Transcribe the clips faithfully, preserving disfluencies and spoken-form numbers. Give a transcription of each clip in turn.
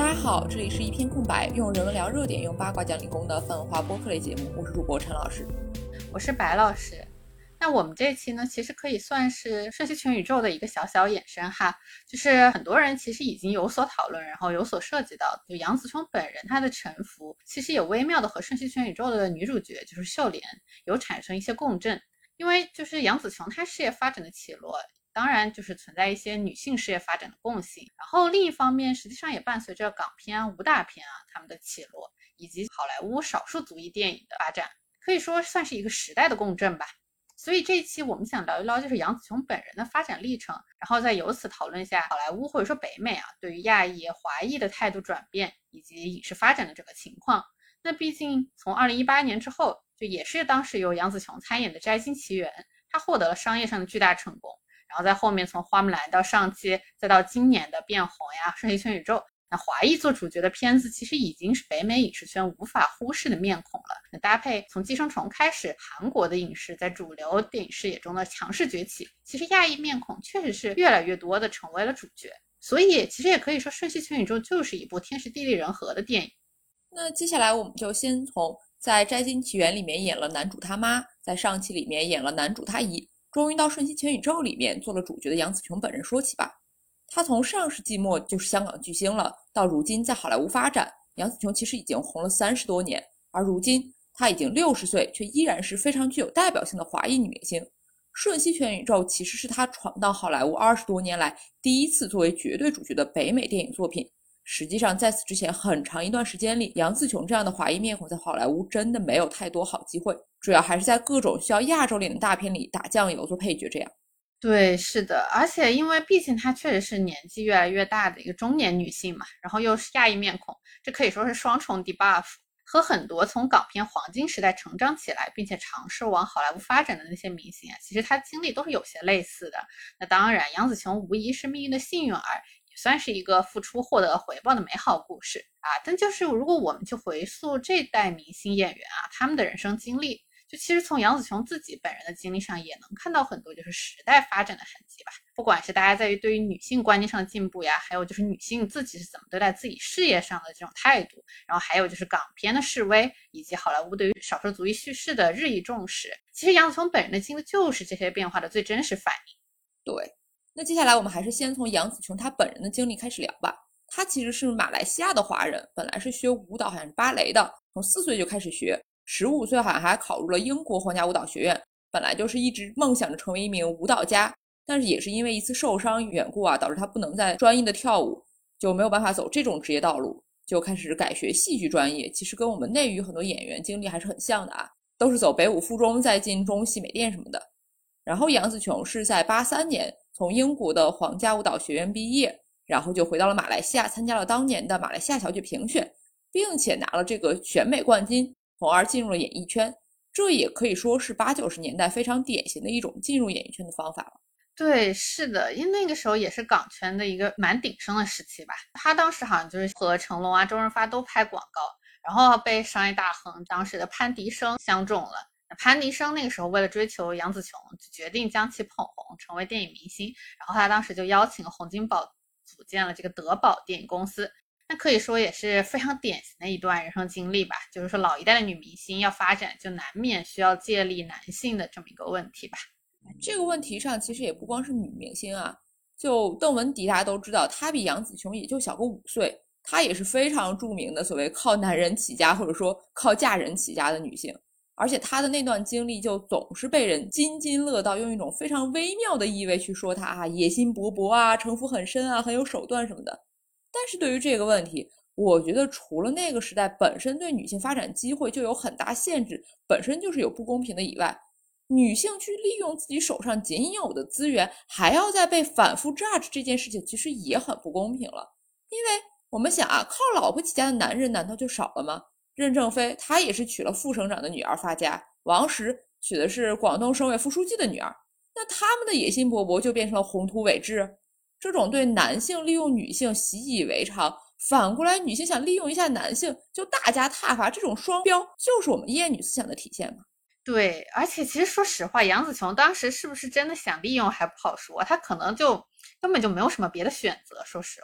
家好，这里是一片空白，用人文聊热点，用八卦讲理工的泛化播客类节目，我是主播陈老师， 我是白老师。那我们这一期呢，其实可以算是《瞬息全宇宙》的一个小小衍生哈，就是很多人其实已经有所讨论，然后有所涉及到，就杨紫琼本人她的沉浮，其实也微妙的和《瞬息全宇宙》的女主角就是秀莲有产生一些共振，因为就是杨紫琼她事业发展的起落。当然就是存在一些女性事业发展的共性，然后另一方面实际上也伴随着港片、武打片啊他们的起落，以及好莱坞少数族裔电影的发展，可以说算是一个时代的共振吧。所以这一期我们想聊一聊就是杨紫琼本人的发展历程，然后再由此讨论一下好莱坞或者说北美啊对于亚裔华裔的态度转变以及影视发展的这个情况。那毕竟从二零一八年之后，就也是当时由杨紫琼参演的《摘金奇缘》，她获得了商业上的巨大成功，然后在后面从花木兰到上期再到今年的变红呀、瞬息全宇宙，那华裔做主角的片子其实已经是北美影视圈无法忽视的面孔了。那搭配从寄生虫开始，韩国的影视在主流电影视野中的强势崛起，其实亚裔面孔确实是越来越多的成为了主角。所以其实也可以说瞬息全宇宙就是一部天时地利人和的电影。 那接下来我们就先从在《摘金奇缘》里面演了男主他妈，在上期里面演了男主他姨，终于到《瞬息全宇宙》里面做了主角的杨紫琼本人说起吧。他从上世纪末就是香港巨星了，到如今在好莱坞发展，杨紫琼其实已经红了三十多年，而如今她已经六十岁，却依然是非常具有代表性的华裔女明星。《瞬息全宇宙》其实是她闯到好莱坞二十多年来第一次作为绝对主角的北美电影作品。实际上在此之前很长一段时间里，杨紫琼这样的华裔面孔在好莱坞真的没有太多好机会，主要还是在各种需要亚洲脸的大片里打酱油做配角这样。 对，是的，而且因为毕竟她确实是年纪越来越大的一个中年女性嘛，然后又是亚裔面孔，这可以说是双重 debuff， 和很多从港片黄金时代成长起来并且尝试往好莱坞发展的那些明星啊，其实她经历都是有些类似的。那当然杨紫琼无疑是命运的幸运儿，也算是一个付出获得回报的美好故事啊。但就是如果我们去回溯这代明星演员啊，他们的人生经历，就其实从杨紫琼自己本人的经历上也能看到很多就是时代发展的痕迹吧，不管是大家在于对于女性观念上的进步呀，还有就是女性自己是怎么对待自己事业上的这种态度，然后还有就是港片的示威，以及好莱坞对于少数族裔叙事的日益重视，其实杨紫琼本人的经历就是这些变化的最真实反应。 对，那接下来我们还是先从杨紫琼她本人的经历开始聊吧。她其实是马来西亚的华人，本来是学舞蹈，好像是芭蕾的，从四岁就开始学，十五岁好像还考入了英国皇家舞蹈学院，本来就是一直梦想着成为一名舞蹈家，但是也是因为一次受伤缘故啊，导致他不能再专一的跳舞，就没有办法走这种职业道路，就开始改学戏剧专业。其实跟我们内娱很多演员经历还是很像的啊，都是走北舞附中再进中戏美电什么的。然后杨紫琼是在八三年从英国的皇家舞蹈学院毕业，然后就回到了马来西亚，参加了当年的马来西亚小姐评选，并且拿了这个选美冠军，从而进入了演艺圈。这也可以说是八九十年代非常典型的一种进入演艺圈的方法了。 对，是的，因为那个时候也是港圈的一个蛮鼎盛的时期吧。他当时好像就是和成龙啊、周润发都拍广告，然后被商业大亨当时的潘迪生相中了。潘迪生那个时候为了追求杨紫琼，就决定将其捧红，成为电影明星。然后他当时就邀请洪金宝组建了这个德宝电影公司。那可以说也是非常典型的一段人生经历吧，就是说老一代的女明星要发展，就难免需要借力男性的这么一个问题吧。 这个问题上其实也不光是女明星啊，就邓文迪大家都知道，她比杨紫琼也就小个五岁，她也是非常著名的所谓靠男人起家或者说靠嫁人起家的女性，而且她的那段经历就总是被人津津乐道，用一种非常微妙的意味去说她啊，野心勃勃啊，城府很深啊，很有手段什么的。但是对于这个问题，我觉得除了那个时代本身对女性发展机会就有很大限制，本身就是有不公平的以外，女性去利用自己手上仅有的资源，还要再被反复 judge 这件事情，其实也很不公平了。因为我们想啊，靠老婆起家的男人难道就少了吗？任正非他也是娶了副省长的女儿发家，王石娶的是广东省委副书记的女儿，那他们的野心勃勃就变成了宏图伟志。这种对男性利用女性习以为常，反过来女性想利用一下男性就大加挞伐，这种双标就是我们厌女思想的体现嘛。 对，而且其实说实话，杨紫琼当时是不是真的想利用还不好说，她可能就根本就没有什么别的选择。说实话，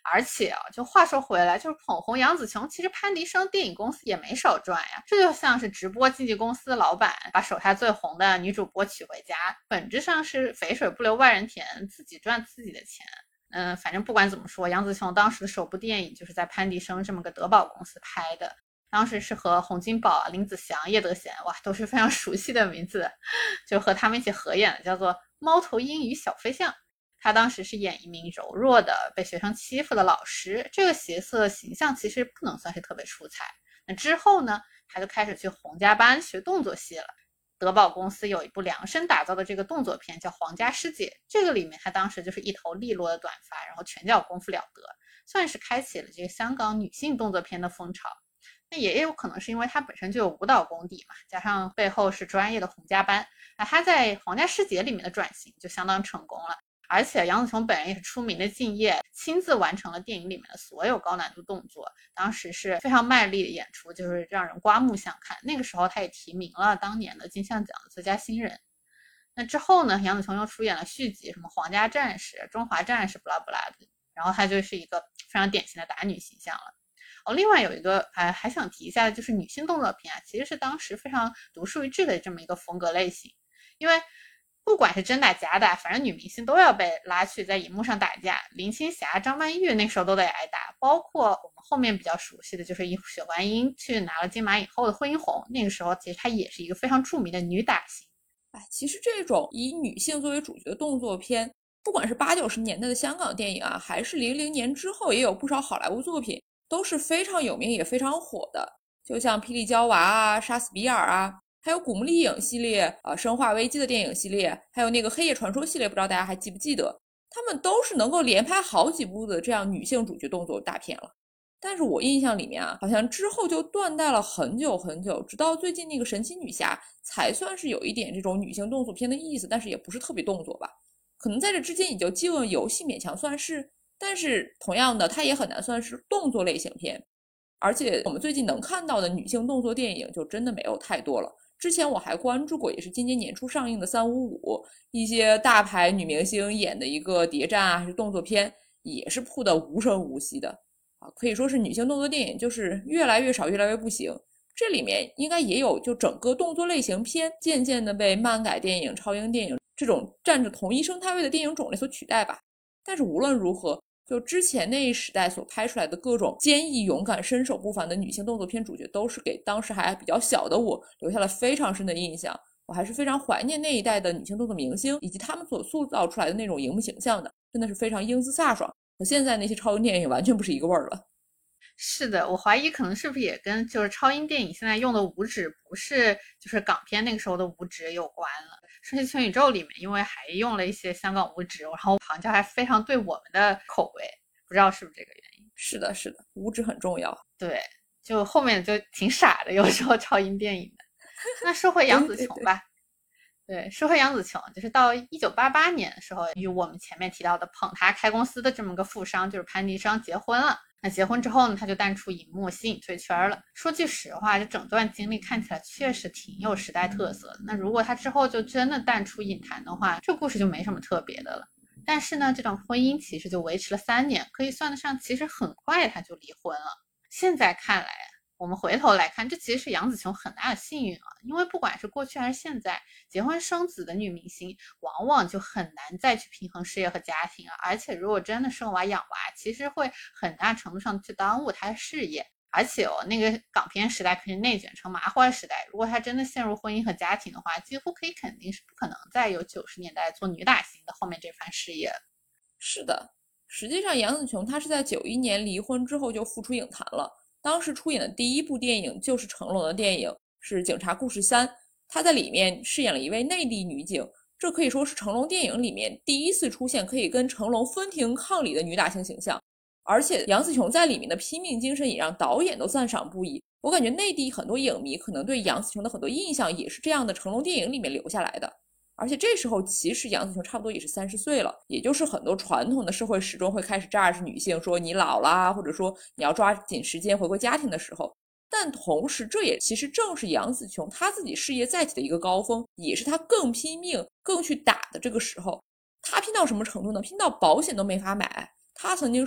而且啊，就话说回来，就是捧红杨紫琼，其实潘迪生电影公司也没少赚呀。这就像是直播经纪公司的老板把手下最红的女主播娶回家，本质上是肥水不流外人田，自己赚自己的钱。嗯，反正不管怎么说，杨紫琼当时的首部电影就是在潘迪生这么个德宝公司拍的，当时是和洪金宝啊、林子祥、叶德娴，哇，都是非常熟悉的名字，就和他们一起合演的，叫做《猫头鹰与小飞象》。他当时是演一名柔弱的被学生欺负的老师，这个角色形象其实不能算是特别出彩。那之后呢，他就开始去洪家班学动作戏了。德宝公司有一部量身打造的这个动作片叫《皇家师姐》，这个里面他当时就是一头利落的短发，然后拳脚功夫了得，算是开启了这个香港女性动作片的风潮。那也有可能是因为他本身就有舞蹈功底嘛，加上背后是专业的洪家班，那他在《皇家师姐》里面的转型就相当成功了。而且杨紫琼本人也是出名的敬业，亲自完成了电影里面的所有高难度动作，当时是非常卖力的演出，就是让人刮目相看。那个时候他也提名了当年的金像奖的最佳新人。那之后呢，杨紫琼又出演了续集，什么皇家战士、中华战士，不拉不拉的，然后她就是一个非常典型的打女形象了。哦，另外有一个还还想提一下，就是女性动作片啊，其实是当时非常独树一帜的这么一个风格类型，因为不管是真打假打，反正女明星都要被拉去在荧幕上打架。林青霞、张曼玉那时候都得挨打，包括我们后面比较熟悉的就是以许幻英去拿了金马影后的惠英红，那个时候其实她也是一个非常著名的女打星。 哎，其实这种以女性作为主角的动作片，不管是八九十年代的香港电影啊，还是零零年之后也有不少好莱坞作品，都是非常有名也非常火的。就像霹雳娇娃啊、杀死比尔啊，还有古墓丽影系列啊、生化危机的电影系列，还有那个黑夜传说系列，不知道大家还记不记得，他们都是能够连拍好几部的这样女性主角动作大片了。但是我印象里面啊，好像之后就断代了很久很久，直到最近那个神奇女侠才算是有一点这种女性动作片的意思，但是也不是特别动作吧。可能在这之间也就饥饿游戏勉强算是，但是同样的，它也很难算是动作类型片。而且我们最近能看到的女性动作电影就真的没有太多了。之前我还关注过，也是今年年初上映的三五五，一些大牌女明星演的一个谍战啊，还是动作片，也是铺的无声无息的啊，可以说是女性动作电影就是越来越少，越来越不行。这里面应该也有就整个动作类型片渐渐的被漫改电影、超英电影这种占着同一生态位的电影种类所取代吧。但是无论如何，就之前那一时代所拍出来的各种坚毅勇敢身手不凡的女性动作片主角，都是给当时还比较小的我留下了非常深的印象。我还是非常怀念那一代的女性动作明星以及他们所塑造出来的那种荧幕形象的，真的是非常英姿飒爽，和现在那些超英电影完全不是一个味儿了。 是的，我怀疑可能是不是也跟就是超英电影现在用的五指不是就是港片那个时候的五指有关了。瞬息全宇宙里面因为还用了一些香港五指，然后好像还非常对我们的口味，不知道是不是这个原因。 是的，是的，五指很重要。 对，就后面就挺傻的，有时候超英电影的。那说回杨紫琼吧。对对对，说回杨紫琼，就是到一九八八年的时候，与我们前面提到的捧她开公司的这么个富商，就是潘迪生结婚了。那结婚之后呢，他就淡出荧幕，吸引退圈了。说句实话，这整段经历看起来确实挺有时代特色的。那如果他之后就真的淡出影坛的话，这故事就没什么特别的了。但是呢，这段婚姻其实就维持了三年，可以算得上其实很快他就离婚了。现在看来，我们回头来看，这其实是杨紫琼很大的幸运啊，因为不管是过去还是现在，结婚生子的女明星往往就很难再去平衡事业和家庭啊，而且如果真的生娃养娃，其实会很大程度上去耽误她的事业。而且哦，那个港片时代可是内卷成麻花时代，如果她真的陷入婚姻和家庭的话，几乎可以肯定是不可能再有九十年代做女打星的后面这番事业。 是的，实际上杨紫琼她是在九一年离婚之后就复出影坛了。当时出演的第一部电影就是成龙的电影，是《警察故事三》，她在里面饰演了一位内地女警，这可以说是成龙电影里面第一次出现可以跟成龙分庭抗礼的女打星形象。而且杨紫琼在里面的拼命精神也让导演都赞赏不已。我感觉内地很多影迷可能对杨紫琼的很多印象也是这样的成龙电影里面留下来的。而且这时候其实杨紫琼差不多也是三十岁了，也就是很多传统的社会时钟会开始榨着女性说你老啦，或者说你要抓紧时间回归家庭的时候。但同时这也其实正是杨紫琼她自己事业再起的一个高峰，也是她更拼命更去打的这个时候。她拼到什么程度呢？拼到保险都没法买。她曾经说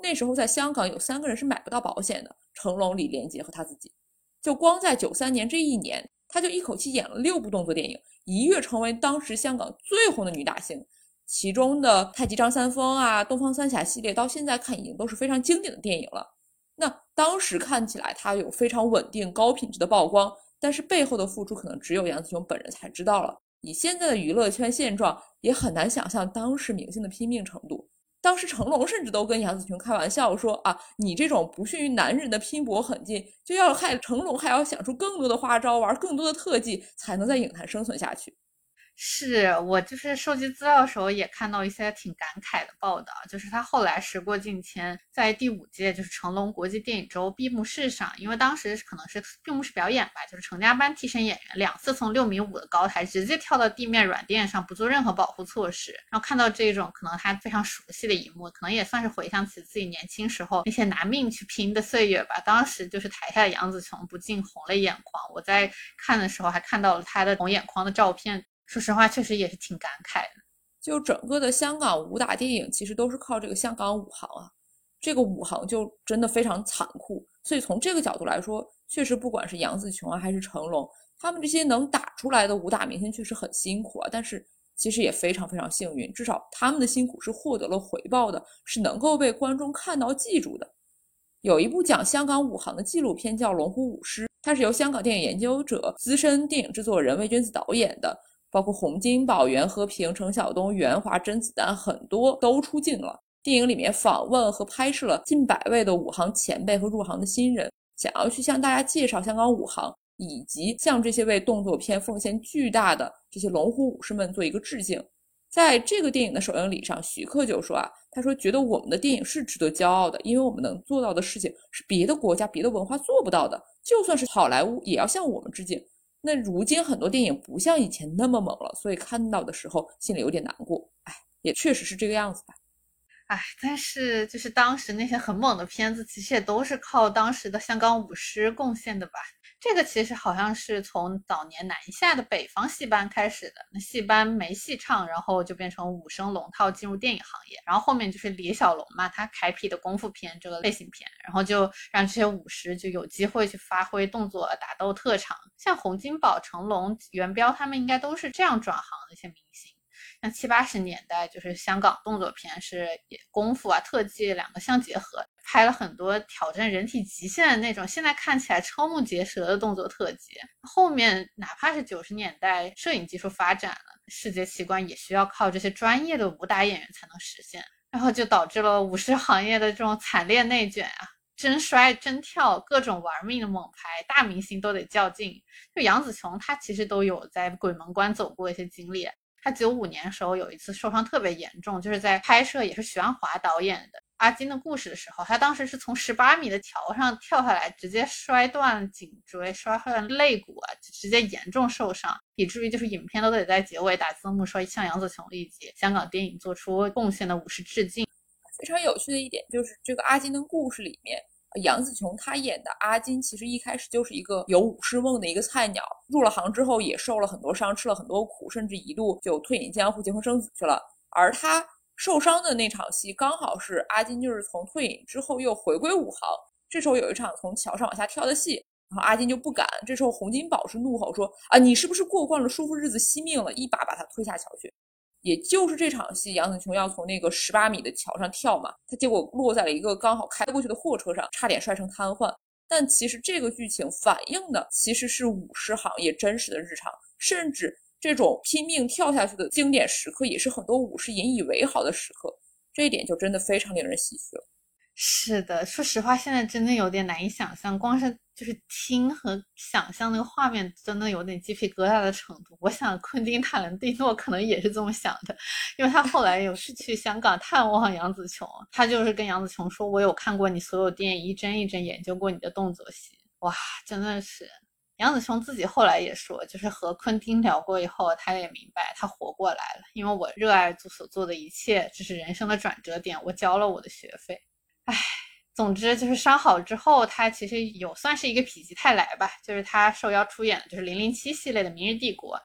那时候在香港有三个人是买不到保险的，成龙、李连杰和他自己。就光在九三年这一年，他就一口气演了六部动作电影，一跃成为当时香港最红的女大星。其中的太极张三丰啊、东方三侠系列到现在看已经都是非常经典的电影了。那当时看起来他有非常稳定高品质的曝光，但是背后的付出可能只有杨紫琼本人才知道了。以现在的娱乐圈现状，也很难想象当时明星的拼命程度。当时成龙甚至都跟杨紫琼开玩笑说啊，你这种不逊于男人的拼搏狠劲，就要害成龙还要想出更多的花招，玩更多的特技，才能在影坛生存下去。 是我就是收集资料的时候也看到一些挺感慨的报道，就是他后来时过境迁，在第五届就是成龙国际电影周闭幕式上，因为当时可能是闭幕式表演吧，就是成家班替身演员两次从六米五的高台直接跳到地面软垫上，不做任何保护措施，然后看到这种可能他非常熟悉的一幕，可能也算是回想起自己年轻时候那些拿命去拼的岁月吧。当时就是台下的杨紫琼不禁红了眼眶，我在看的时候还看到了她的红眼眶的照片，说实话确实也是挺感慨的。 就整个的香港武打电影其实都是靠这个香港武行啊，这个武行就真的非常残酷，所以从这个角度来说，确实不管是杨紫琼啊还是成龙，他们这些能打出来的武打明星确实很辛苦啊，但是其实也非常非常幸运，至少他们的辛苦是获得了回报的，是能够被观众看到记住的。有一部讲香港武行的纪录片叫《龙虎舞狮》，它是由香港电影研究者、资深电影制作人魏娟子导演的，包括洪金宝、袁和平、程晓东、袁华、甄子丹很多都出镜了。电影里面访问和拍摄了近百位的武行前辈和入行的新人，想要去向大家介绍香港武行，以及向这些为动作片奉献巨大的这些龙虎武士们做一个致敬。在这个电影的首映礼上，徐克就说啊，他说觉得我们的电影是值得骄傲的，因为我们能做到的事情是别的国家别的文化做不到的，就算是好莱坞也要向我们致敬。那如今很多电影不像以前那么猛了，所以看到的时候心里有点难过。哎，也确实是这个样子吧。 哎，但是就是当时那些很猛的片子，其实也都是靠当时的香港舞狮贡献的吧。这个其实好像是从早年南下的北方戏班开始的，那戏班没戏唱，然后就变成武生龙套进入电影行业，然后后面就是李小龙嘛，他开辟的功夫片这个类型片，然后就让这些武师就有机会去发挥动作打斗特长，像洪金宝、成龙、元彪他们应该都是这样转行的一些明星。像七八十年代，就是香港动作片是功夫啊、特技两个相结合，拍了很多挑战人体极限的那种，现在看起来瞠目结舌的动作特技。后面哪怕是九十年代，摄影技术发展了，世界奇观也需要靠这些专业的武打演员才能实现，然后就导致了武师行业的这种惨烈内卷啊。真摔真跳，各种玩命的猛拍，大明星都得较劲。就杨紫琼，她其实都有在鬼门关走过一些经历。他九五年的时候有一次受伤特别严重，就是在拍摄也是许鞍华导演的阿金的故事的时候，他当时是从十八米的桥上跳下来，直接摔断颈椎，摔断肋骨啊，直接严重受伤，以至于就是影片都得在结尾打字幕说向杨紫琼以及香港电影做出贡献的武士致敬。 非常有趣的一点就是这个阿金的故事里面，杨紫琼她演的阿金其实一开始就是一个有武士梦的一个菜鸟，入了行之后也受了很多伤，吃了很多苦，甚至一度就退隐江湖结婚生子去了。而她受伤的那场戏刚好是阿金就是从退隐之后又回归武行，这时候有一场从桥上往下跳的戏，然后阿金就不敢，这时候洪金宝是怒吼说啊，你是不是过惯了舒服日子惜命了，一把把他推下桥去。也就是这场戏，杨紫琼要从那个十八米的桥上跳嘛，她结果落在了一个刚好开过去的货车上，差点摔成瘫痪。但其实这个剧情反映的其实是武士行业真实的日常，甚至这种拼命跳下去的经典时刻，也是很多武士引以为豪的时刻。这一点就真的非常令人唏嘘了。 是的，说实话，现在真的有点难以想象，光是就是听和想象那个画面，真的有点鸡皮疙瘩的程度。我想昆汀·塔伦蒂诺可能也是这么想的，因为他后来有是去香港探望杨紫琼，他就是跟杨紫琼说：“我有看过你所有电影，一帧一帧研究过你的动作戏。”哇，真的是。杨紫琼自己后来也说，就是和昆汀聊过以后，他也明白他活过来了，因为我热爱做所做的一切，这是人生的转折点，我交了我的学费。唉，总之就是伤好之后，他其实有算是一个否极泰来吧，就是他受邀出演的就是零零七系列的《明日帝国》。那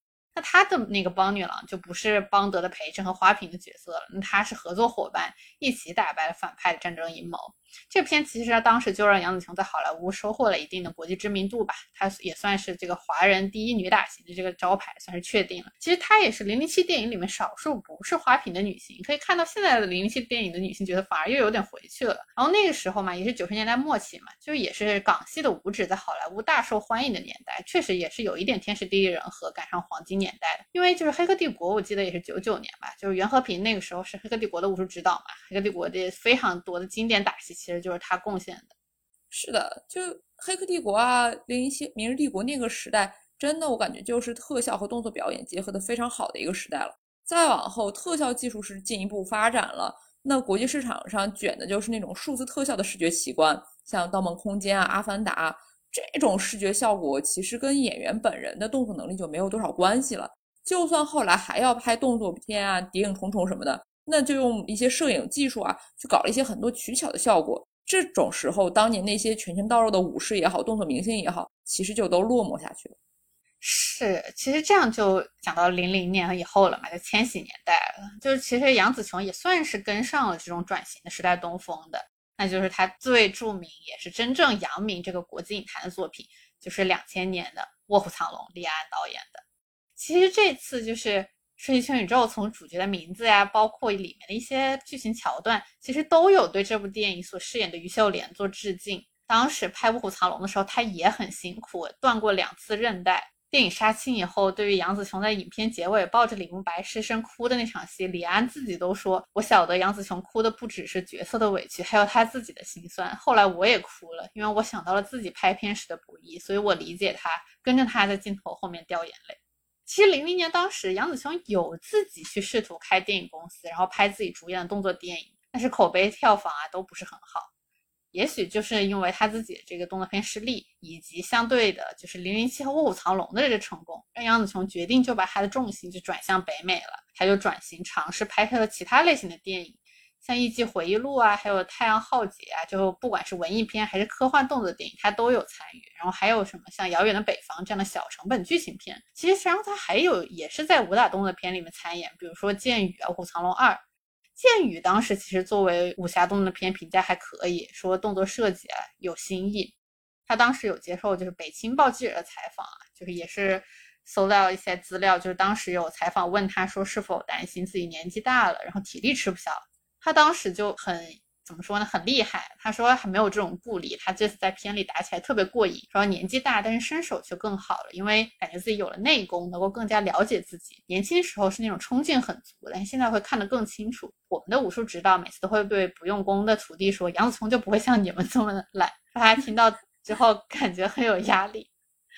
她的那个邦女郎就不是邦德的陪衬和花瓶的角色了，那她是合作伙伴，一起打败了反派的战争阴谋。这片其实当时就让杨紫琼在好莱坞收获了一定的国际知名度吧，她也算是这个华人第一女打星的这个招牌算是确定了。其实她也是零零七电影里面少数不是花瓶的女性，可以看到现在的零零七电影的女性角色反而又有点回去了。然后那个时候嘛，也是九十年代末期嘛，就也是港系的舞指在好莱坞大受欢迎的年代，确实也是有一点天时地利人和赶上黄金年代的。因为就是黑客帝国我记得也是九九年吧，就是袁和平那个时候是黑客帝国的武术指导嘛，黑客帝国的非常多的经典打戏其实就是他贡献的。 是的，就黑客帝国啊，零零七明日帝国那个时代，真的我感觉就是特效和动作表演结合的非常好的一个时代了。再往后特效技术是进一步发展了，那国际市场上卷的就是那种数字特效的视觉奇观，像盗梦空间啊、阿凡达这种视觉效果其实跟演员本人的动作能力就没有多少关系了。就算后来还要拍动作片啊、谍影重重什么的，那就用一些摄影技术啊去搞了一些很多取巧的效果。这种时候当年那些拳拳到肉的武士也好，动作明星也好，其实就都落寞下去了。 是，其实这样就讲到零零年以后了嘛，就千禧年代了。就是其实杨紫琼也算是跟上了这种转型的时代东风的，那就是她最著名也是真正扬名这个国际影坛的作品，就是两千年的《卧虎藏龙》，李安导演的。其实这次就是瞬息全宇宙从主角的名字呀，包括里面的一些剧情桥段，其实都有对这部电影所饰演的于秀莲做致敬。当时拍《卧虎藏龙》的时候，她也很辛苦，断过两次韧带。电影杀青以后，对于杨紫琼在影片结尾抱着李慕白失声哭的那场戏，李安自己都说，我晓得杨紫琼哭的不只是角色的委屈，还有她自己的心酸。后来我也哭了，因为我想到了自己拍片时的不易，所以我理解她，跟着她在镜头后面掉眼泪。其实零零年当时杨紫琼有自己去试图开电影公司，然后拍自己主演的动作电影，但是口碑票房啊都不是很好。也许就是因为他自己的这个动作片失利，以及相对的就是零零七和卧虎藏龙的这个成功，让杨紫琼决定就把他的重心就转向北美了。他就转型尝试拍摄了其他类型的电影，像《艺伎回忆录》啊，还有《太阳浩劫》啊，就不管是文艺片还是科幻动作电影，他都有参与。然后还有什么像《遥远的北方》这样的小成本剧情片。其实然后他还有也是在武打动作片里面参演，比如说《剑雨》啊，《卧虎藏龙二》。剑雨当时其实作为武侠动作片评价还可以，说动作设计啊有新意。他当时有接受就是北青报记者的采访啊，就是也是搜到一些资料，就是当时有采访问他说是否担心自己年纪大了，然后体力吃不消。他当时就很怎么说呢，很厉害。他说还没有这种顾虑，他这次在片里打起来特别过瘾，说年纪大但是身手却更好了，因为感觉自己有了内功，能够更加了解自己。年轻时候是那种冲劲很足，但是现在会看得更清楚。我们的武术指导每次都会对不用功的徒弟说，杨紫琼就不会像你们这么懒。他听到之后感觉很有压力。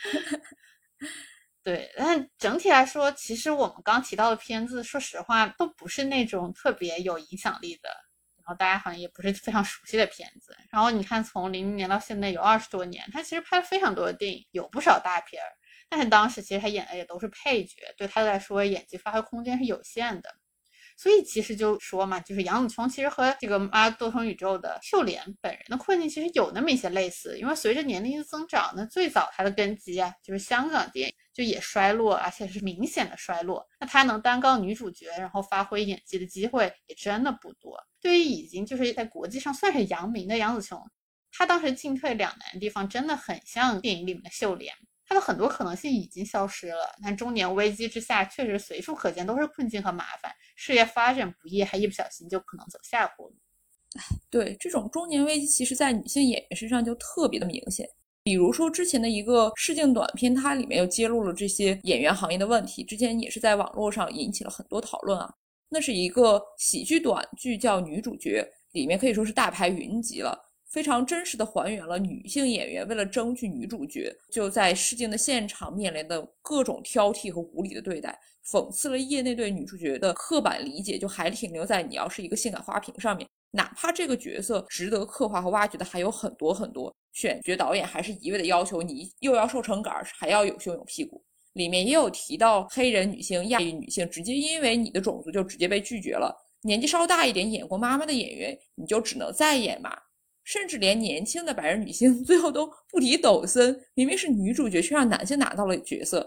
对，但整体来说，其实我们刚提到的片子，说实话都不是那种特别有影响力的，然后大家好像也不是非常熟悉的片子。然后你看，从零零年到现在有二十多年，他其实拍了非常多的电影，有不少大片儿。但是当时其实他演的也都是配角，对他来说演技发挥空间是有限的。所以其实就说嘛，就是杨紫琼其实和这个妈多重宇宙的秀莲本人的困境其实有那么一些类似，因为随着年龄的增长呢，最早她的根基啊就是香港电影就也衰落，而且是明显的衰落。那她能担纲女主角然后发挥演技的机会也真的不多。对于已经就是在国际上算是扬名的杨紫琼，她当时进退两难的地方真的很像电影里面的秀莲。他的很多可能性已经消失了，但中年危机之下，确实随处可见都是困境和麻烦，事业发展不易，还一不小心就可能走下坡路。 对，这种中年危机其实在女性演员身上就特别的明显。比如说之前的一个试镜短片，它里面又揭露了这些演员行业的问题，之前也是在网络上引起了很多讨论啊。那是一个喜剧短剧叫《女主角》，里面可以说是大牌云集了，非常真实的还原了女性演员为了争取女主角，就在试镜的现场面临的各种挑剔和无理的对待，讽刺了业内对女主角的刻板理解，就还停留在你要是一个性感花瓶上面。哪怕这个角色值得刻画和挖掘的还有很多很多，选角导演还是一味的要求你又要瘦成杆，还要有胸有屁股。里面也有提到黑人女性、亚裔女性直接因为你的种族就直接被拒绝了，年纪稍大一点演过妈妈的演员你就只能再演嘛。甚至连年轻的白人女性最后都不敌抖森，明明是女主角却让男性拿到了角色。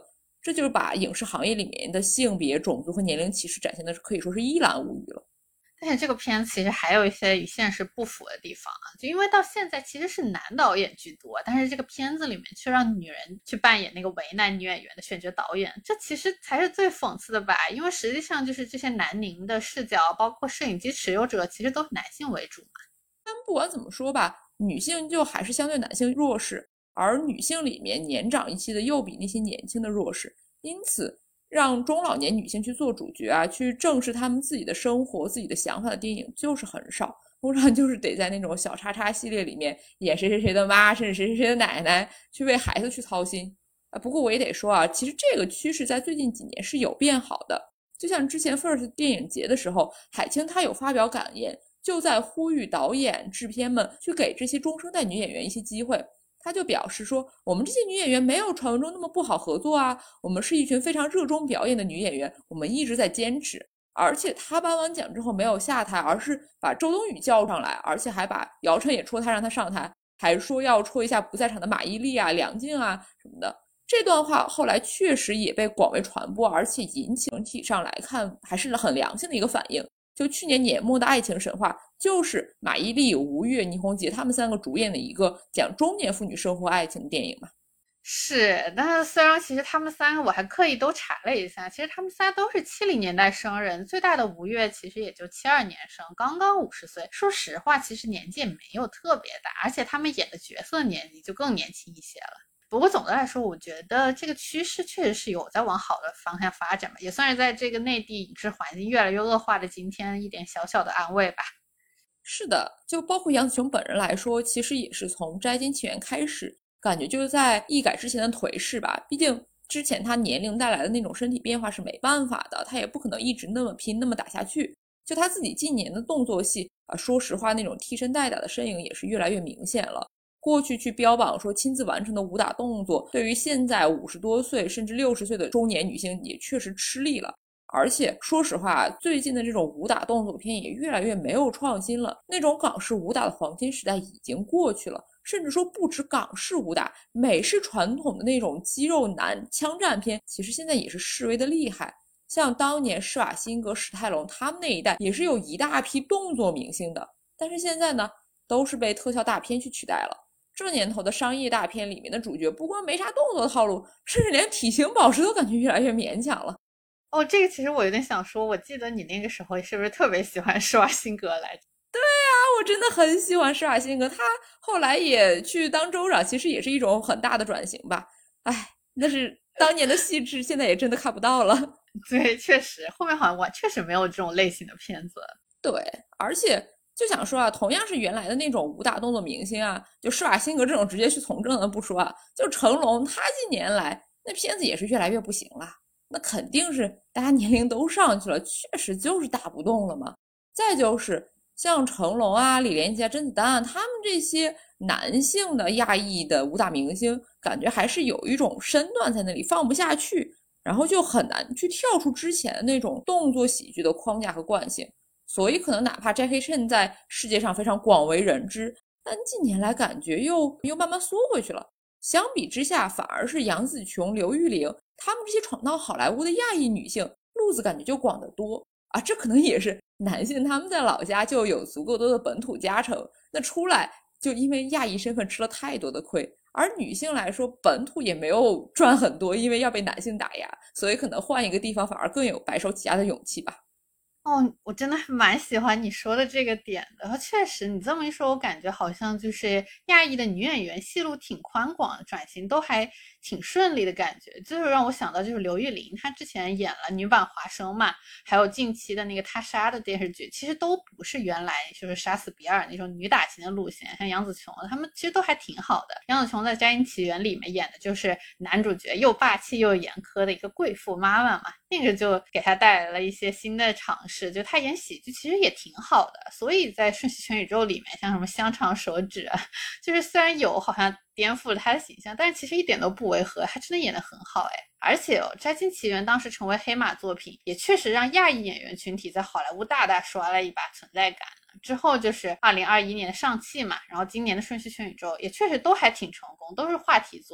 这就是把影视行业里面的性别、种族和年龄歧视展现的可以说是一览无余了。 但是这个片其实还有一些与现实不符的地方啊，就因为到现在其实是男导演居多，但是这个片子里面却让女人去扮演那个为难女演员的选角导演，这其实才是最讽刺的吧？因为实际上就是这些南宁的视角，包括摄影机持有者，其实都是男性为主嘛。 但不管怎么说吧，女性就还是相对男性弱势，而女性里面年长一期的又比那些年轻的弱势，因此让中老年女性去做主角啊，去正视她们自己的生活、自己的想法的电影就是很少，通常就是得在那种小叉叉系列里面演谁谁谁的妈，甚至谁谁谁的奶奶，去为孩子去操心啊。不过我也得说啊，其实这个趋势在最近几年是有变好的。就像之前 First 电影节的时候，海清她有发表感言，就在呼吁导演、制片们去给这些中生代女演员一些机会。他就表示说，我们这些女演员没有传闻中那么不好合作啊，我们是一群非常热衷表演的女演员，我们一直在坚持。而且他颁完奖之后没有下台，而是把周冬雨叫上来，而且还把姚晨也戳他让他上台，还说要戳一下不在场的马伊琍啊、梁静啊什么的。这段话后来确实也被广为传播，而且引起整体上来看还是很良性的一个反应。就去年年末的爱情神话，就是马伊琍、吴越、倪虹洁他们三个主演的一个讲中年妇女生活爱情的电影嘛。 是，但是虽然其实他们三个我还刻意都查了一下，其实他们仨都是七零年代生人，最大的吴越其实也就七二年生，刚刚五十岁。说实话，其实年纪也没有特别大，而且他们演的角色年纪就更年轻一些了。不过总的来说，我觉得这个趋势确实是有在往好的方向发展吧，也算是在这个内地影视环境越来越恶化的今天一点小小的安慰吧。 是的，就包括杨紫琼本人来说，其实也是从《摘金奇缘》开始，感觉就是在一改之前的颓势吧。毕竟之前她年龄带来的那种身体变化是没办法的，她也不可能一直那么拼那么打下去。就她自己近年的动作戏啊，说实话，那种替身代打的身影也是越来越明显了。过去去标榜说亲自完成的武打动作，对于现在五十多岁甚至六十岁的中年女性也确实吃力了。而且说实话，最近的这种武打动作片也越来越没有创新了，那种港式武打的黄金时代已经过去了。甚至说不止港式武打，美式传统的那种肌肉男枪战片其实现在也是示威的厉害。像当年施瓦辛格、史泰龙他们那一代也是有一大批动作明星的，但是现在呢都是被特效大片去取代了。这年头的商业大片里面的主角不光没啥动作套路，甚至连体型保持都感觉越来越勉强了。 哦，这个其实我有点想说，我记得你那个时候是不是特别喜欢施瓦辛格来着？ 对啊，我真的很喜欢施瓦辛格，他后来也去当州长，其实也是一种很大的转型吧。哎，但是当年的细致现在也真的看不到了。 对，确实，后面好像我确实没有这种类型的片子。 对，而且就想说啊，同样是原来的那种武打动作明星啊，就施瓦辛格这种直接去从政的不说啊，就成龙他近年来那片子也是越来越不行了。那肯定是大家年龄都上去了，确实就是打不动了嘛。再就是像成龙啊、李连杰、甄子丹啊，他们这些男性的亚裔的武打明星，感觉还是有一种身段在那里放不下去，然后就很难去跳出之前的那种动作喜剧的框架和惯性。所以可能哪怕 Jackie Chan 在世界上非常广为人知，但近年来感觉又又慢慢缩回去了。相比之下，反而是杨紫琼、刘玉玲他们这些闯到好莱坞的亚裔女性路子感觉就广得多啊。这可能也是男性他们在老家就有足够多的本土加成，那出来就因为亚裔身份吃了太多的亏，而女性来说本土也没有赚很多，因为要被男性打压，所以可能换一个地方反而更有白手起家的勇气吧。 哦，我真的还蛮喜欢你说的这个点的。确实，你这么一说，我感觉好像就是亚裔的女演员戏路挺宽广的，转型都还挺顺利的感觉。就是让我想到，就是刘玉玲，她之前演了女版华生嘛，还有近期的那个她杀的电视剧，其实都不是原来就是杀死比尔那种女打型的路线。像杨紫琼，他们其实都还挺好的。杨紫琼在《摘金奇缘》里面演的就是男主角又霸气又严苛的一个贵妇妈妈嘛，那个就给她带来了一些新的尝试。是，就他演喜剧其实也挺好的，所以在《瞬息全宇宙》里面，像什么香肠手指啊，就是虽然有好像颠覆了他的形象，但是其实一点都不违和，他真的演得很好哎。而且哦，《摘金奇缘》当时成为黑马作品，也确实让亚裔演员群体在好莱坞大大刷了一把存在感。之后就是二零二一年的上汽嘛，然后今年的《瞬息全宇宙》也确实都还挺成功，都是话题作。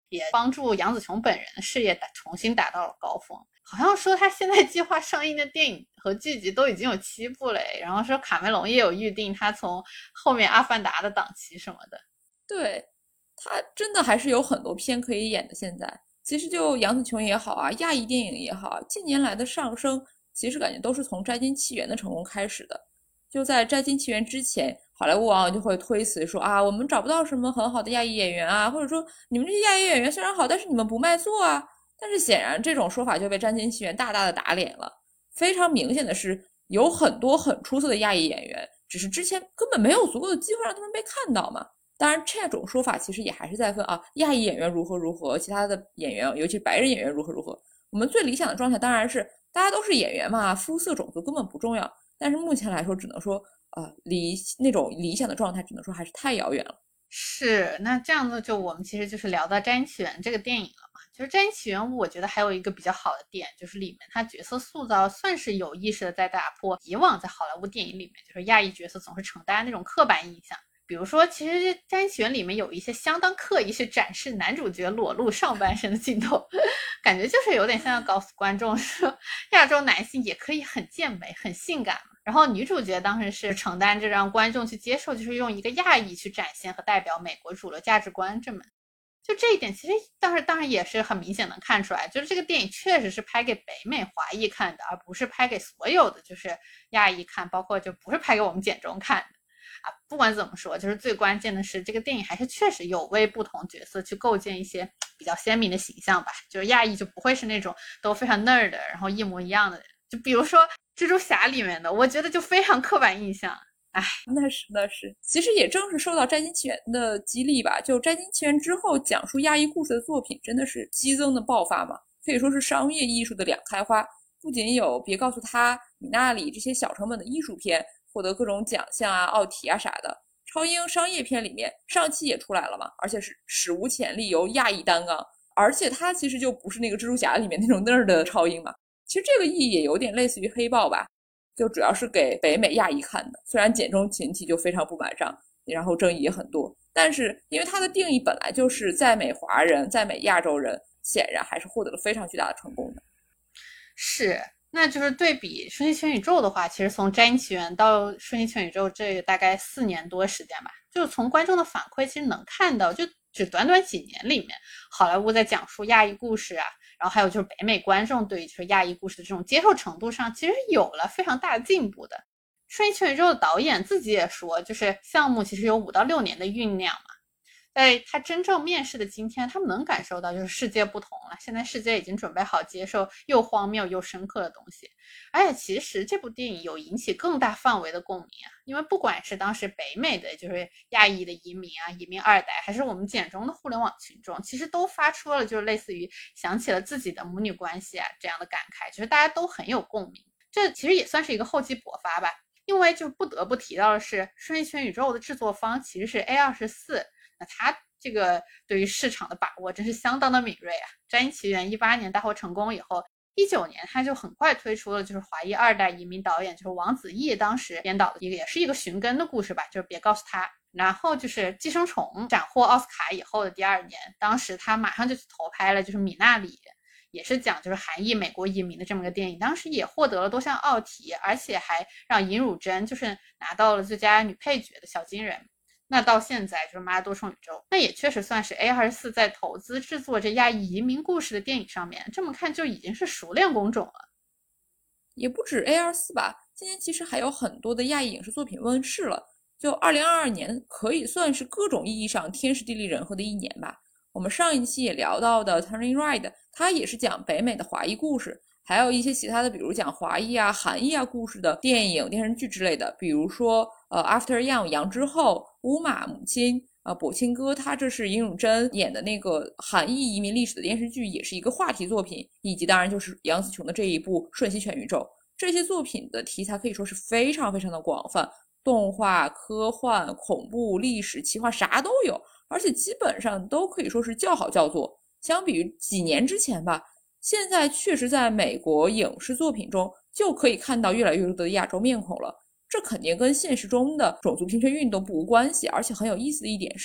也帮助杨紫琼本人的事业打重新达到了高峰。好像说他现在计划上映的电影和剧集都已经有七部了，然后说卡梅隆也有预定他从后面阿凡达的档期什么的。 对，他真的还是有很多片可以演的。现在其实就杨紫琼也好啊，亚裔电影也好，近年来的上升其实感觉都是从《摘金奇缘》的成功开始的。就在《摘金奇缘》之前，好莱坞网友就会推辞说啊，我们找不到什么很好的亚裔演员啊，或者说你们这些亚裔演员虽然好，但是你们不卖座啊。但是显然这种说法就被《摘金奇缘》大大的打脸了。非常明显的是，有很多很出色的亚裔演员，只是之前根本没有足够的机会让他们被看到嘛。当然这种说法其实也还是在分啊，亚裔演员如何如何，其他的演员尤其白人演员如何如何。我们最理想的状态当然是大家都是演员嘛，肤色种族根本不重要。但是目前来说只能说呃，离那种理想的状态只能说还是太遥远了。 是，那这样子就我们其实就是聊到《摘金奇缘》这个电影了嘛。就是《摘金奇缘》我觉得还有一个比较好的点，就是里面它角色塑造算是有意识的在打破以往在好莱坞电影里面就是亚裔角色总是承担那种刻板印象。比如说其实《摘金奇缘》里面有一些相当刻意去展示男主角裸露上半身的镜头，感觉就是有点像告诉观众说亚洲男性也可以很健美很性感嘛。然后女主角当时是承担着让观众去接受，就是用一个亚裔去展现和代表美国主流价值观这么。就这一点其实当然当然也是很明显能看出来，就是这个电影确实是拍给北美华裔看的，而不是拍给所有的就是亚裔看，包括就不是拍给我们简中看的啊。不管怎么说，就是最关键的是这个电影还是确实有为不同角色去构建一些比较鲜明的形象吧。就是亚裔就不会是那种都非常 nerd 然后一模一样的人，就比如说蜘蛛侠里面的，我觉得就非常刻板印象。哎， 那是那是，其实也正是受到《摘金奇缘》的激励吧。就《摘金奇缘》之后，讲述亚裔故事的作品真的是激增的爆发嘛，可以说是商业艺术的两开花。不仅有《别告诉他》、《米娜里》这些小成本的艺术片获得各种奖项啊、奥提啊啥的，超英商业片里面上汽也出来了嘛，而且是史无前例由亚裔担纲，而且他其实就不是那个蜘蛛侠里面那种那儿的超英嘛。其实这个意义也有点类似于黑豹吧。就主要是给北美亚裔看的，虽然简中群体就非常不买账，然后争议也很多，但是因为它的定义本来就是在美华人、在美亚洲人，显然还是获得了非常巨大的成功的。 是，那就是对比《瞬息全宇宙》的话，其实从《摘金奇缘》到《瞬息全宇宙》这大概四年多时间吧，就是从观众的反馈其实能看到，就只短短几年里面，好莱坞在讲述亚裔故事啊，然后还有就是北美观众对于就是亚裔故事的这种接受程度上，其实有了非常大的进步的。《瞬息全宇宙》的导演自己也说，就是项目其实有五到六年的酝酿嘛。在他真正面试的今天，他们能感受到就是世界不同了，现在世界已经准备好接受又荒谬又深刻的东西。而且其实这部电影有引起更大范围的共鸣啊，因为不管是当时北美的就是亚裔的移民啊，移民二代，还是我们简中的互联网群众，其实都发出了就是类似于想起了自己的母女关系啊这样的感慨，就是大家都很有共鸣。这其实也算是一个厚积薄发吧。因为就不得不提到的是，瞬息全宇宙的制作方其实是 A 二十四，那他这个对于市场的把握真是相当的敏锐啊！摘金奇缘一八年大获成功以后，一九年他就很快推出了就是华裔二代移民导演就是王子异当时编导的一个也是一个寻根的故事吧，就是别告诉他。然后就是寄生虫斩获奥斯卡以后的第二年，当时他马上就去投拍了就是米娜里，也是讲就是韩裔美国移民的这么个电影，当时也获得了多项奥提，而且还让尹汝贞就是拿到了最佳女配角的小金人。那到现在就是《妈的多重宇宙》，那也确实算是 A 二十四在投资制作这亚裔移民故事的电影上面，这么看就已经是熟练工种了。 也不止 A 二十四 吧，今年其实还有很多的亚裔影视作品问世了。就二零二二年可以算是各种意义上天时地利人和的一年吧。我们上一期也聊到的 Turning Red， 它也是讲北美的华裔故事，还有一些其他的，比如讲华裔啊、韩裔啊故事的电影、电视剧之类的，比如说呃 After Young 杨之后、乌玛母亲、呃跛亲哥，他这是尹汝贞演的那个韩裔移民历史的电视剧，也是一个话题作品，以及当然就是杨紫琼的这一部《瞬息全宇宙》。这些作品的题材可以说是非常非常的广泛，动画、科幻、恐怖、历史、奇幻啥都有，而且基本上都可以说是叫好叫座。相比于几年之前吧，现在确实在美国影视作品中就可以看到越来越多的亚洲面孔了。这肯定跟现实中的种族平权运动不无关系，而且很有意思的一点是，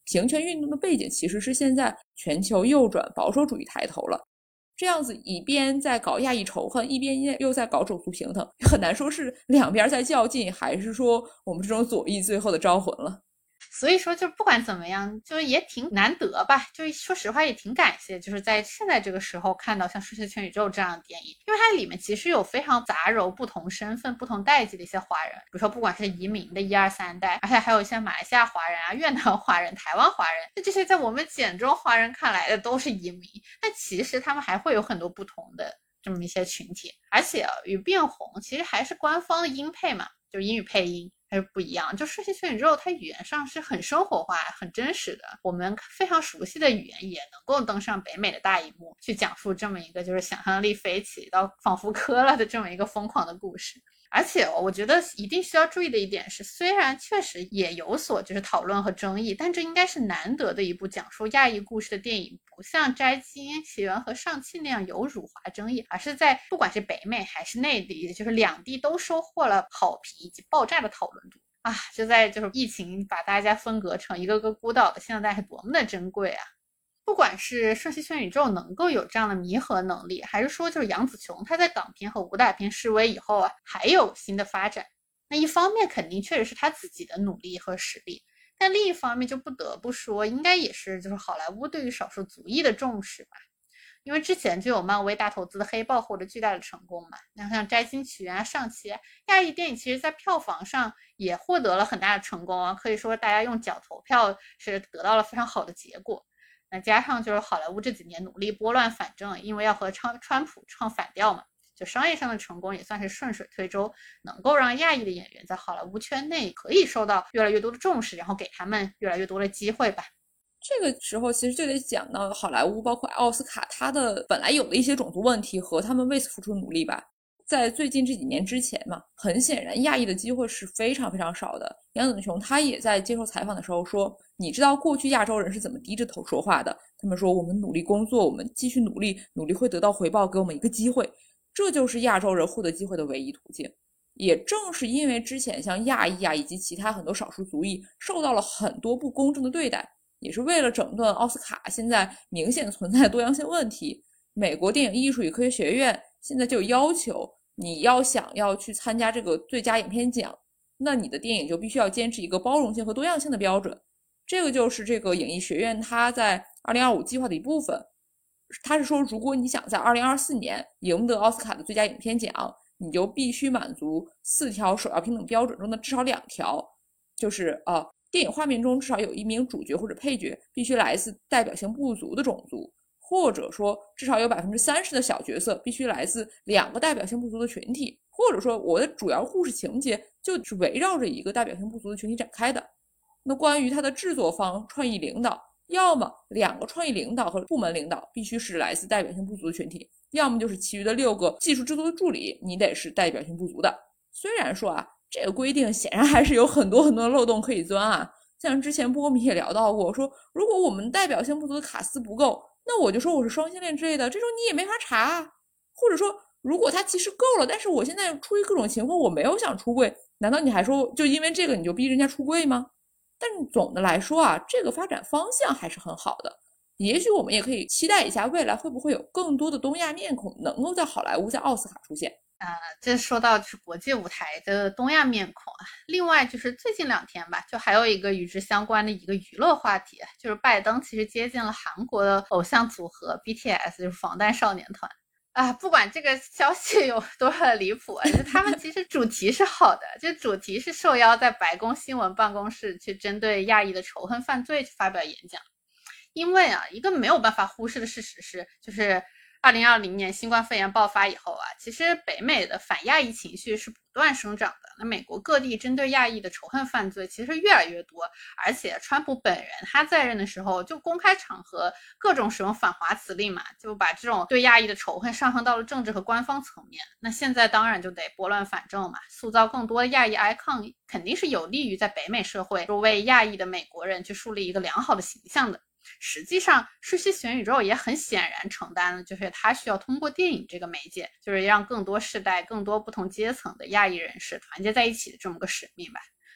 平权运动的背景其实是现在全球右转保守主义抬头了，这样子一边在搞亚裔仇恨，一边又在搞种族平等，很难说是两边在较劲，还是说我们这种左翼最后的招魂了。 所以说就不管怎么样，就也挺难得吧，就说实话也挺感谢，就是在现在这个时候看到像《瞬息全宇宙》这样的电影，因为它里面其实有非常杂糅不同身份不同代际的一些华人，比如说不管是移民的一二三代，而且还有一些马来西亚华人啊、越南华人、台湾华人，那这些在我们简中华人看来的都是移民，但其实他们还会有很多不同的这么一些群体，而且与变红其实还是官方的音配嘛，就是英语配音还是不一样，就瞬息全宇宙它语言上是很生活化很真实的，我们非常熟悉的语言也能够登上北美的大荧幕，去讲述这么一个就是想象力飞起到仿佛磕了的这么一个疯狂的故事。而且我觉得一定需要注意的一点是，虽然确实也有所就是讨论和争议，但这应该是难得的一部讲述亚裔故事的电影，不像摘金、起源和上汽那样有辱华争议，而是在不管是北美还是内地，就是两地都收获了好评以及爆炸的讨论度啊！就在就是疫情把大家分隔成一个个孤岛的现在，还多么的珍贵啊！不管是瞬息全宇宙能够有这样的弥合能力，还是说就是杨紫琼她在港片和武打片示威以后啊，还有新的发展，那一方面肯定确实是她自己的努力和实力，但另一方面就不得不说，应该也是就是好莱坞对于少数族裔的重视吧。因为之前就有漫威大投资的黑豹获得巨大的成功嘛，那像摘金起源啊、上期啊，亚裔电影其实在票房上也获得了很大的成功啊，可以说大家用脚投票是得到了非常好的结果。那加上就是好莱坞这几年努力拨乱反正，因为要和川川普唱反调嘛，就商业上的成功也算是顺水推舟，能够让亚裔的演员在好莱坞圈内可以受到越来越多的重视，然后给他们越来越多的机会吧。 这个时候其实就得讲到好莱坞包括奥斯卡它的本来有的一些种族问题和他们为此付出的努力吧。在最近这几年之前嘛，很显然亚裔的机会是非常非常少的。杨紫琼她也在接受采访的时候说，你知道过去亚洲人是怎么低着头说话的，他们说我们努力工作，我们继续努力，努力会得到回报，给我们一个机会，这就是亚洲人获得机会的唯一途径。也正是因为之前像亚裔啊以及其他很多少数族裔受到了很多不公正的对待，也是为了整顿奥斯卡现在明显存在的多样性问题，美国电影艺术与科学学院现在就要求你要想要去参加这个最佳影片奖，那你的电影就必须要坚持一个包容性和多样性的标准。这个就是这个影艺学院它在二零二五计划的一部分。他是说，如果你想在二零二四年赢得奥斯卡的最佳影片奖，你就必须满足四条首要平等标准中的至少两条，就是呃，电影画面中至少有一名主角或者配角必须来自代表性不足的种族，或者说至少有 百分之三十 的小角色必须来自两个代表性不足的群体，或者说我的主要故事情节就是围绕着一个代表性不足的群体展开的。那关于它的制作方创意领导，要么两个创意领导和部门领导必须是来自代表性不足的群体，要么就是其余的六个技术制作的助理你得是代表性不足的。虽然说啊，这个规定显然还是有很多很多的漏洞可以钻啊，像之前波米也聊到过，说如果我们代表性不足的卡司不够，那我就说我是双性恋之类的，这种你也没法查啊。或者说如果他其实够了，但是我现在出于各种情况我没有想出柜，难道你还说就因为这个你就逼人家出柜吗？但总的来说啊，这个发展方向还是很好的。也许我们也可以期待一下未来会不会有更多的东亚面孔能够在好莱坞在奥斯卡出现。 呃，这说到就是国际舞台的东亚面孔啊。另外就是最近两天吧，就还有一个与之相关的一个娱乐话题，就是拜登其实接近了韩国的偶像组合 B T S， 就是防弹少年团啊。不管这个消息有多少离谱啊，就他们其实主题是好的，就主题是受邀在白宫新闻办公室去针对亚裔的仇恨犯罪去发表演讲。因为啊，一个没有办法忽视的事实是，就是二零二零年新冠肺炎爆发以后啊，其实北美的反亚裔情绪是不断生长的。那美国各地针对亚裔的仇恨犯罪其实越来越多，而且川普本人他在任的时候就公开场合各种使用反华词令嘛，就把这种对亚裔的仇恨上升到了政治和官方层面。那现在当然就得拨乱反正嘛，塑造更多的亚裔 icon 肯定是有利于在北美社会为亚裔的美国人去树立一个良好的形象的。实际上瞬息全宇宙也很显然承担了就是他需要通过电影这个媒介，就是让更多世代更多不同阶层的亚裔人士团结在一起的这么个使命吧。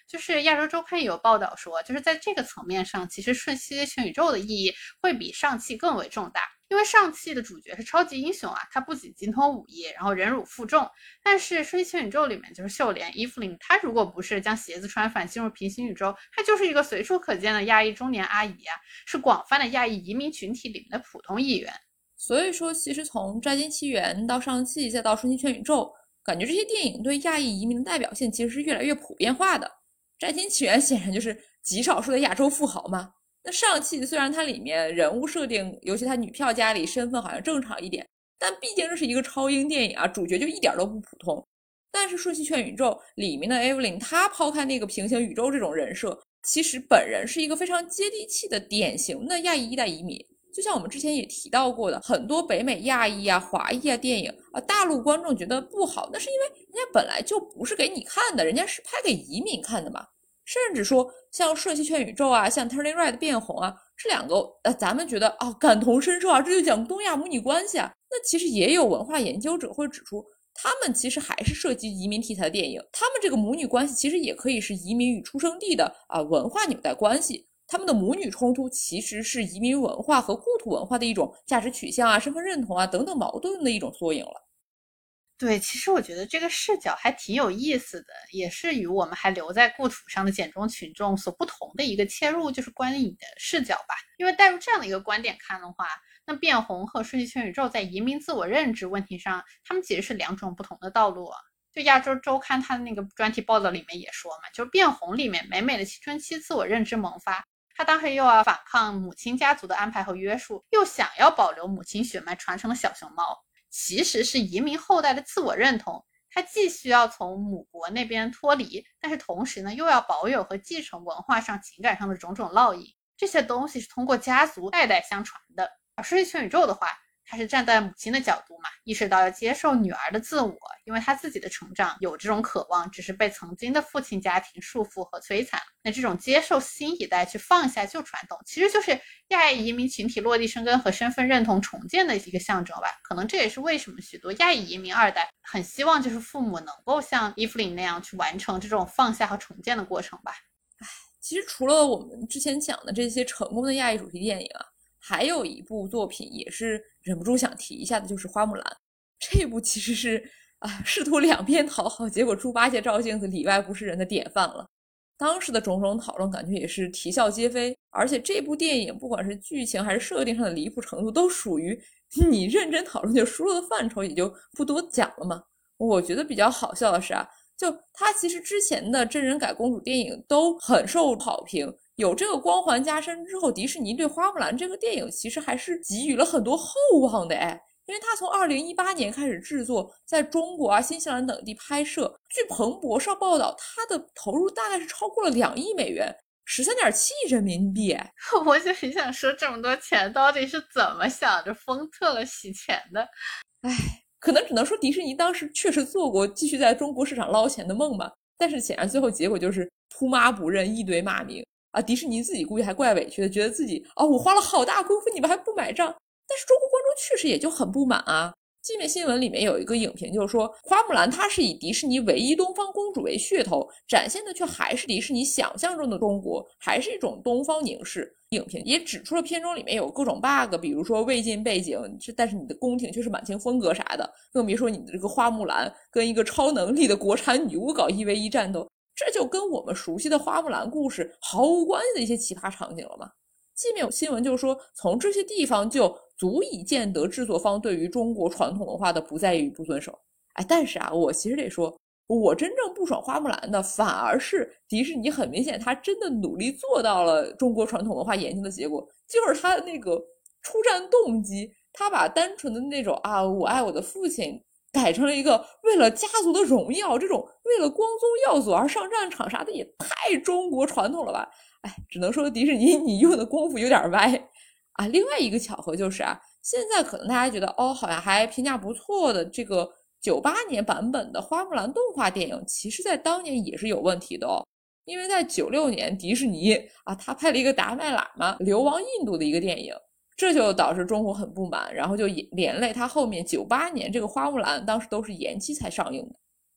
就是亚洲周刊也有报道说，就是在这个层面上，其实瞬息全宇宙的意义会比上汽更为重大。因为上汽的主角是超级英雄啊，他不仅精通武艺，然后忍辱负重，但是瞬息全宇宙里面就是秀莲伊芙琳，她如果不是将鞋子穿反进入平行宇宙，她就是一个随处可见的亚裔中年阿姨啊，是广泛的亚裔移民群体里面的普通一员。 所以说其实从摘金奇缘到上汽再到瞬息全宇宙，感觉这些电影对亚裔移民的代表性其实是越来越普遍化的。摘金奇缘显然就是极少数的亚洲富豪嘛，那上汽虽然它里面人物设定，尤其它女票家里身份好像正常一点，但毕竟这是一个超英电影啊，主角就一点都不普通。但是瞬息全宇宙里面的 Evelyn， 她抛开那个平行宇宙这种人设，其实本人是一个非常接地气的典型的亚裔一代移民。就像我们之前也提到过的，很多北美亚裔啊、华裔啊电影啊，大陆观众觉得不好，那是因为人家本来就不是给你看的，人家是拍给移民看的嘛。甚至说像瞬息全宇宙啊，像 Turning Red 变红啊，这两个呃，咱们觉得啊感同身受啊，这就讲东亚母女关系啊。那其实也有文化研究者会指出，他们其实还是涉及移民题材的电影，他们这个母女关系其实也可以是移民与出生地的啊文化纽带关系。他们的母女冲突其实是移民文化和故土文化的一种价值取向啊、身份认同啊等等矛盾的一种缩影了。 对，其实我觉得这个视角还挺有意思的，也是与我们还留在故土上的简中群众所不同的一个切入，就是观影的视角吧。因为带入这样的一个观点看的话，那变红和瞬息全宇宙在移民自我认知问题上，他们其实是两种不同的道路啊。就亚洲周刊它的那个专题报道里面也说嘛，就是变红里面美美的青春期自我认知萌发，他当时又要反抗母亲家族的安排和约束，又想要保留母亲血脉传承的小熊猫，其实是移民后代的自我认同。他既需要从母国那边脱离，但是同时呢，又要保有和继承文化上、情感上的种种烙印。这些东西是通过家族代代相传的。而瞬息全宇宙的话，他是站在母亲的角度嘛，意识到要接受女儿的自我，因为他自己的成长有这种渴望，只是被曾经的父亲家庭束缚和摧残。那这种接受新一代去放下旧传统，其实就是亚裔移民群体落地生根和身份认同重建的一个象征吧。可能这也是为什么许多亚裔移民二代很希望就是父母能够像伊芙琳那样去完成这种放下和重建的过程吧。 其实除了我们之前讲的这些成功的亚裔主题电影啊，还有一部作品也是忍不住想提一下的，就是《花木兰》。这部其实是啊，试图两边讨好，结果猪八戒照镜子里外不是人的典范了。当时的种种讨论感觉也是啼笑皆非，而且这部电影不管是剧情还是设定上的离谱程度，都属于你认真讨论就输了的范畴，也就不多讲了嘛。我觉得比较好笑的是啊，就他其实之前的真人改公主电影都很受好评，有这个光环加身之后，迪士尼对花木兰这个电影其实还是给予了很多厚望的哎。因为他从二零一八年开始制作，在中国啊、新西兰等地拍摄。据彭博社报道，他的投入大概是超过了两亿美元，十三点七亿人民币。 我就很想说，这么多钱到底是怎么想着封测了洗钱的？ 唉，可能只能说迪士尼当时确实做过继续在中国市场捞钱的梦吧，但是显然最后结果就是秃妈不认，一堆骂名啊！迪士尼自己估计还怪委屈的，觉得自己啊，我花了好大功夫，你们还不买账。但是中国观众确实也就很不满啊。界面新闻里面有一个影评，就是说花木兰它是以迪士尼唯一东方公主为噱头，展现的却还是迪士尼想象中的中国，还是一种东方凝视。影评也指出了片中里面有各种 bug， 比如说魏晋背景，但是你的宫廷却是满清风格啥的，更别说你的这个花木兰跟一个超能力的国产女巫搞一 v 一战斗，这就跟我们熟悉的花木兰故事毫无关系的一些奇葩场景了嘛。界面有新闻就是说，从这些地方就足以见得制作方对于中国传统文化的不在意与不遵守。哎，但是啊，我其实得说，我真正不爽花木兰的，反而是迪士尼很明显，他真的努力做到了中国传统文化研究的结果，就是他的那个出战动机，他把单纯的那种啊，我爱我的父亲，改成了一个为了家族的荣耀，这种为了光宗耀祖而上战场啥的，也太中国传统了吧。哎，只能说迪士尼你用的功夫有点歪啊。另外一个巧合就是啊，现在可能大家觉得哦，好像还评价不错的这个九八年版本的花木兰动画电影，其实在当年也是有问题的哦。因为在九六年迪士尼啊，他拍了一个达麦喇嘛流亡印度的一个电影，这就导致中国很不满，然后就连累他后面九八年这个花木兰当时都是延期才上映的。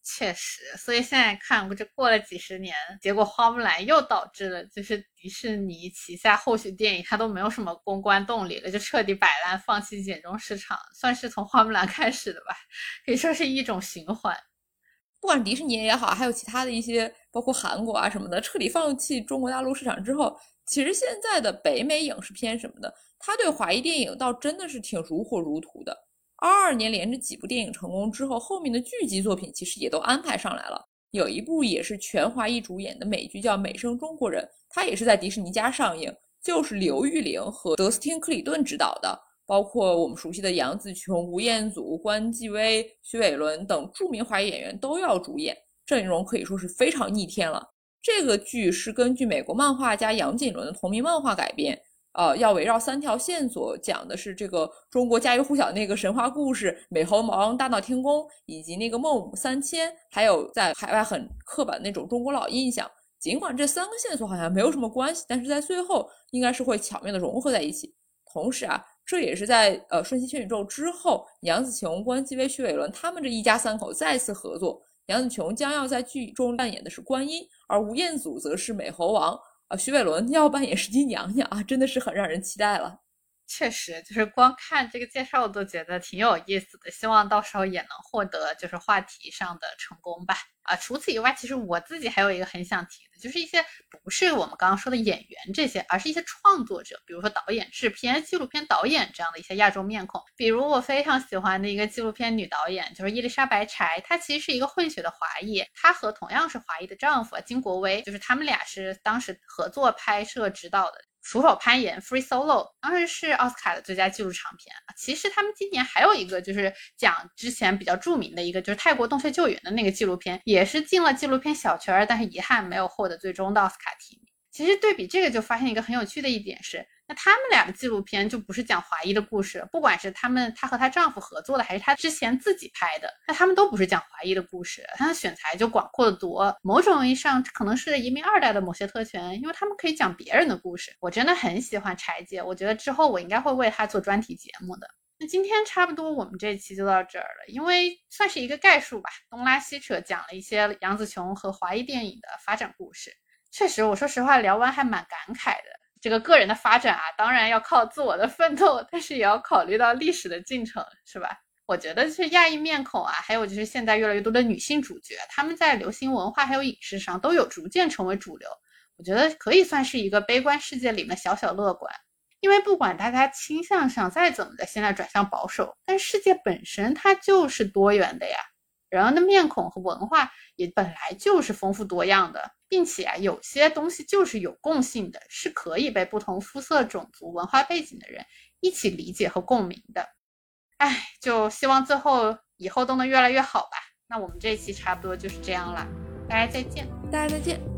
确实，所以现在看，这过了几十年，结果花木兰又导致了就是迪士尼旗下后续电影它都没有什么公关动力了，就彻底摆烂，放弃简中市场，算是从花木兰开始的吧，可以说是一种循环。 不管是迪士尼也好，还有其他的一些，包括韩国啊什么的，彻底放弃中国大陆市场之后，其实现在的北美影视片什么的，它对华裔电影倒真的是挺如火如荼的。二二年连着几部电影成功之后，后面的剧集作品其实也都安排上来了。有一部也是全华裔主演的美剧叫《美声中国人》，它也是在迪士尼家上映，就是刘玉玲和德斯汀·克里顿执导的。包括我们熟悉的杨紫琼、吴彦祖、关继威、徐伟伦等著名华裔演员都要主演，阵容可以说是非常逆天了。这个剧是根据美国漫画家杨锦纶的同名漫画改编，呃，要围绕三条线索，讲的是这个中国家喻户晓那个神话故事美猴王大闹天宫，以及那个孟母三迁，还有在海外很刻板那种中国老印象。尽管这三个线索好像没有什么关系，但是在最后应该是会巧妙的融合在一起。同时啊，这也是在呃《瞬息全宇宙》之后，杨紫琼、关继威、徐伟伦他们这一家三口再次合作。杨紫琼将要在剧中扮演的是观音，而吴彦祖则是美猴王，啊，徐伟伦要扮演是金娘娘啊，真的是很让人期待了。 确实，就是光看这个介绍都觉得挺有意思的，希望到时候也能获得就是话题上的成功吧。啊，除此以外，其实我自己还有一个很想提的，就是一些不是我们刚刚说的演员这些，而是一些创作者，比如说导演、制片、纪录片导演这样的一些亚洲面孔。比如我非常喜欢的一个纪录片女导演，就是伊丽莎白柴，她其实是一个混血的华裔，她和同样是华裔的丈夫金国威，就是他们俩是当时合作拍摄指导的鼠手攀岩 Free Solo， 当时是奥斯卡的最佳纪录长片。其实他们今年还有一个就是讲之前比较著名的一个就是泰国洞穴救援的那个纪录片，也是进了纪录片小圈，但是遗憾没有获得最终的奥斯卡提名。其实对比这个就发现一个很有趣的一点是，那他们俩的纪录片就不是讲华裔的故事，不管是他们她和她丈夫合作的，还是她之前自己拍的，那他们都不是讲华裔的故事，他的选材就广阔的多。某种意义上可能是移民二代的某些特权，因为他们可以讲别人的故事。我真的很喜欢柴姐，我觉得之后我应该会为她做专题节目的。那今天差不多我们这一期就到这儿了，因为算是一个概述吧，东拉西扯讲了一些杨紫琼和华裔电影的发展故事。确实，我说实话聊完还蛮感慨的。这个个人的发展啊，当然要靠自我的奋斗，但是也要考虑到历史的进程，是吧？我觉得是亚裔面孔啊，还有就是现在越来越多的女性主角，她们在流行文化还有影视上都有逐渐成为主流。我觉得可以算是一个悲观世界里面小小乐观，因为不管大家倾向上再怎么的现在转向保守，但世界本身它就是多元的呀。人的面孔和文化也本来就是丰富多样的，并且啊，有些东西就是有共性的，是可以被不同肤色、种族、文化背景的人一起理解和共鸣的。哎，就希望最后以后都能越来越好吧。那我们这一期差不多就是这样了，大家再见， 大家再见。